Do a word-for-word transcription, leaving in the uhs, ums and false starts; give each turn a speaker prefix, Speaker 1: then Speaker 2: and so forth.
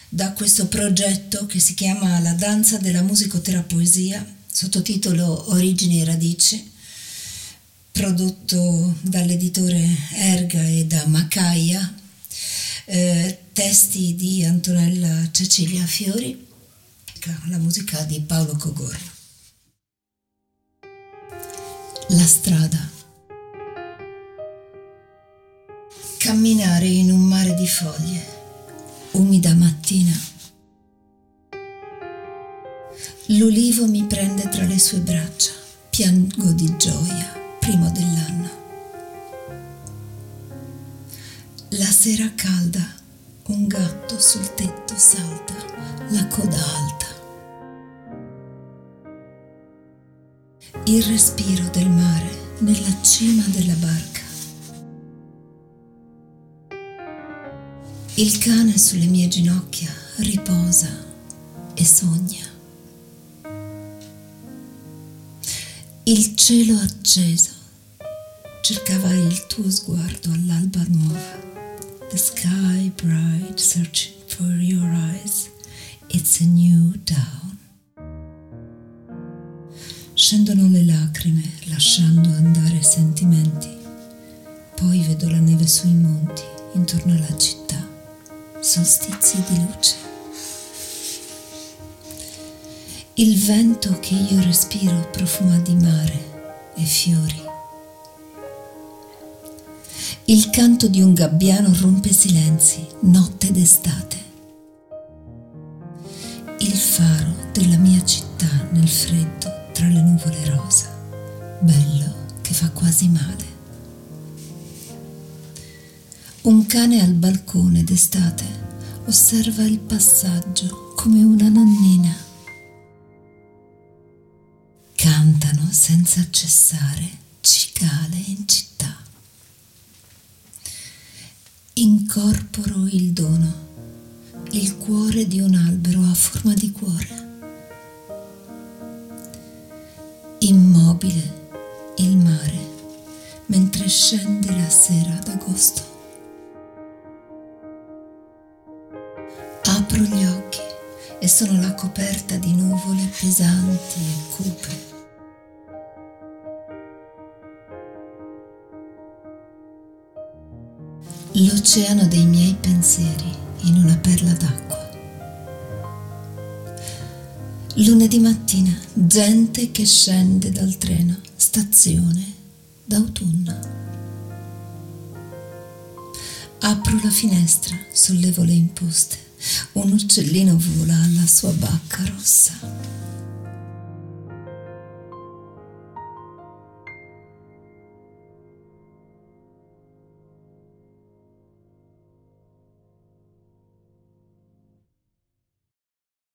Speaker 1: da questo progetto che si chiama La danza della musicoterapoesia, sottotitolo Origini e radici, prodotto dall'editore Erga e da Macaia, eh, testi di Antonella Cecilia Fiori, la musica di Paolo Cogorno. La strada. Camminare in un mare di foglie, umida mattina. L'ulivo mi prende tra le sue braccia, piango di gioia, primo dell'anno. La sera calda, un gatto sul tetto salta, la coda alta. Il respiro del mare nella cima della barca. Il cane sulle mie ginocchia riposa e sogna. Il cielo acceso cercava il tuo sguardo all'alba nuova. The sky bright searching for your eyes. It's a new dawn. Scendono le lacrime lasciando andare sentimenti. Poi vedo la neve sui monti intorno alla città. Solstizi di luce. Il vento che io respiro profuma di mare e fiori. Il canto di un gabbiano rompe silenzi, notte d'estate. Il faro della mia città nel freddo tra le nuvole rosa, bello che fa quasi male. Un cane al balcone d'estate osserva il passaggio come una nonnina. Cantano senza cessare cicale in città. Incorporo il dono, il cuore di un albero a forma di cuore. Immobile il mare mentre scende la sera d'agosto. Apro gli occhi e sono la coperta di nuvole pesanti e cupe. L'oceano dei miei pensieri in una perla d'acqua. Lunedì mattina, gente che scende dal treno, stazione d'autunno. Apro la finestra, sollevo le imposte. Un uccellino vola alla sua bacca rossa.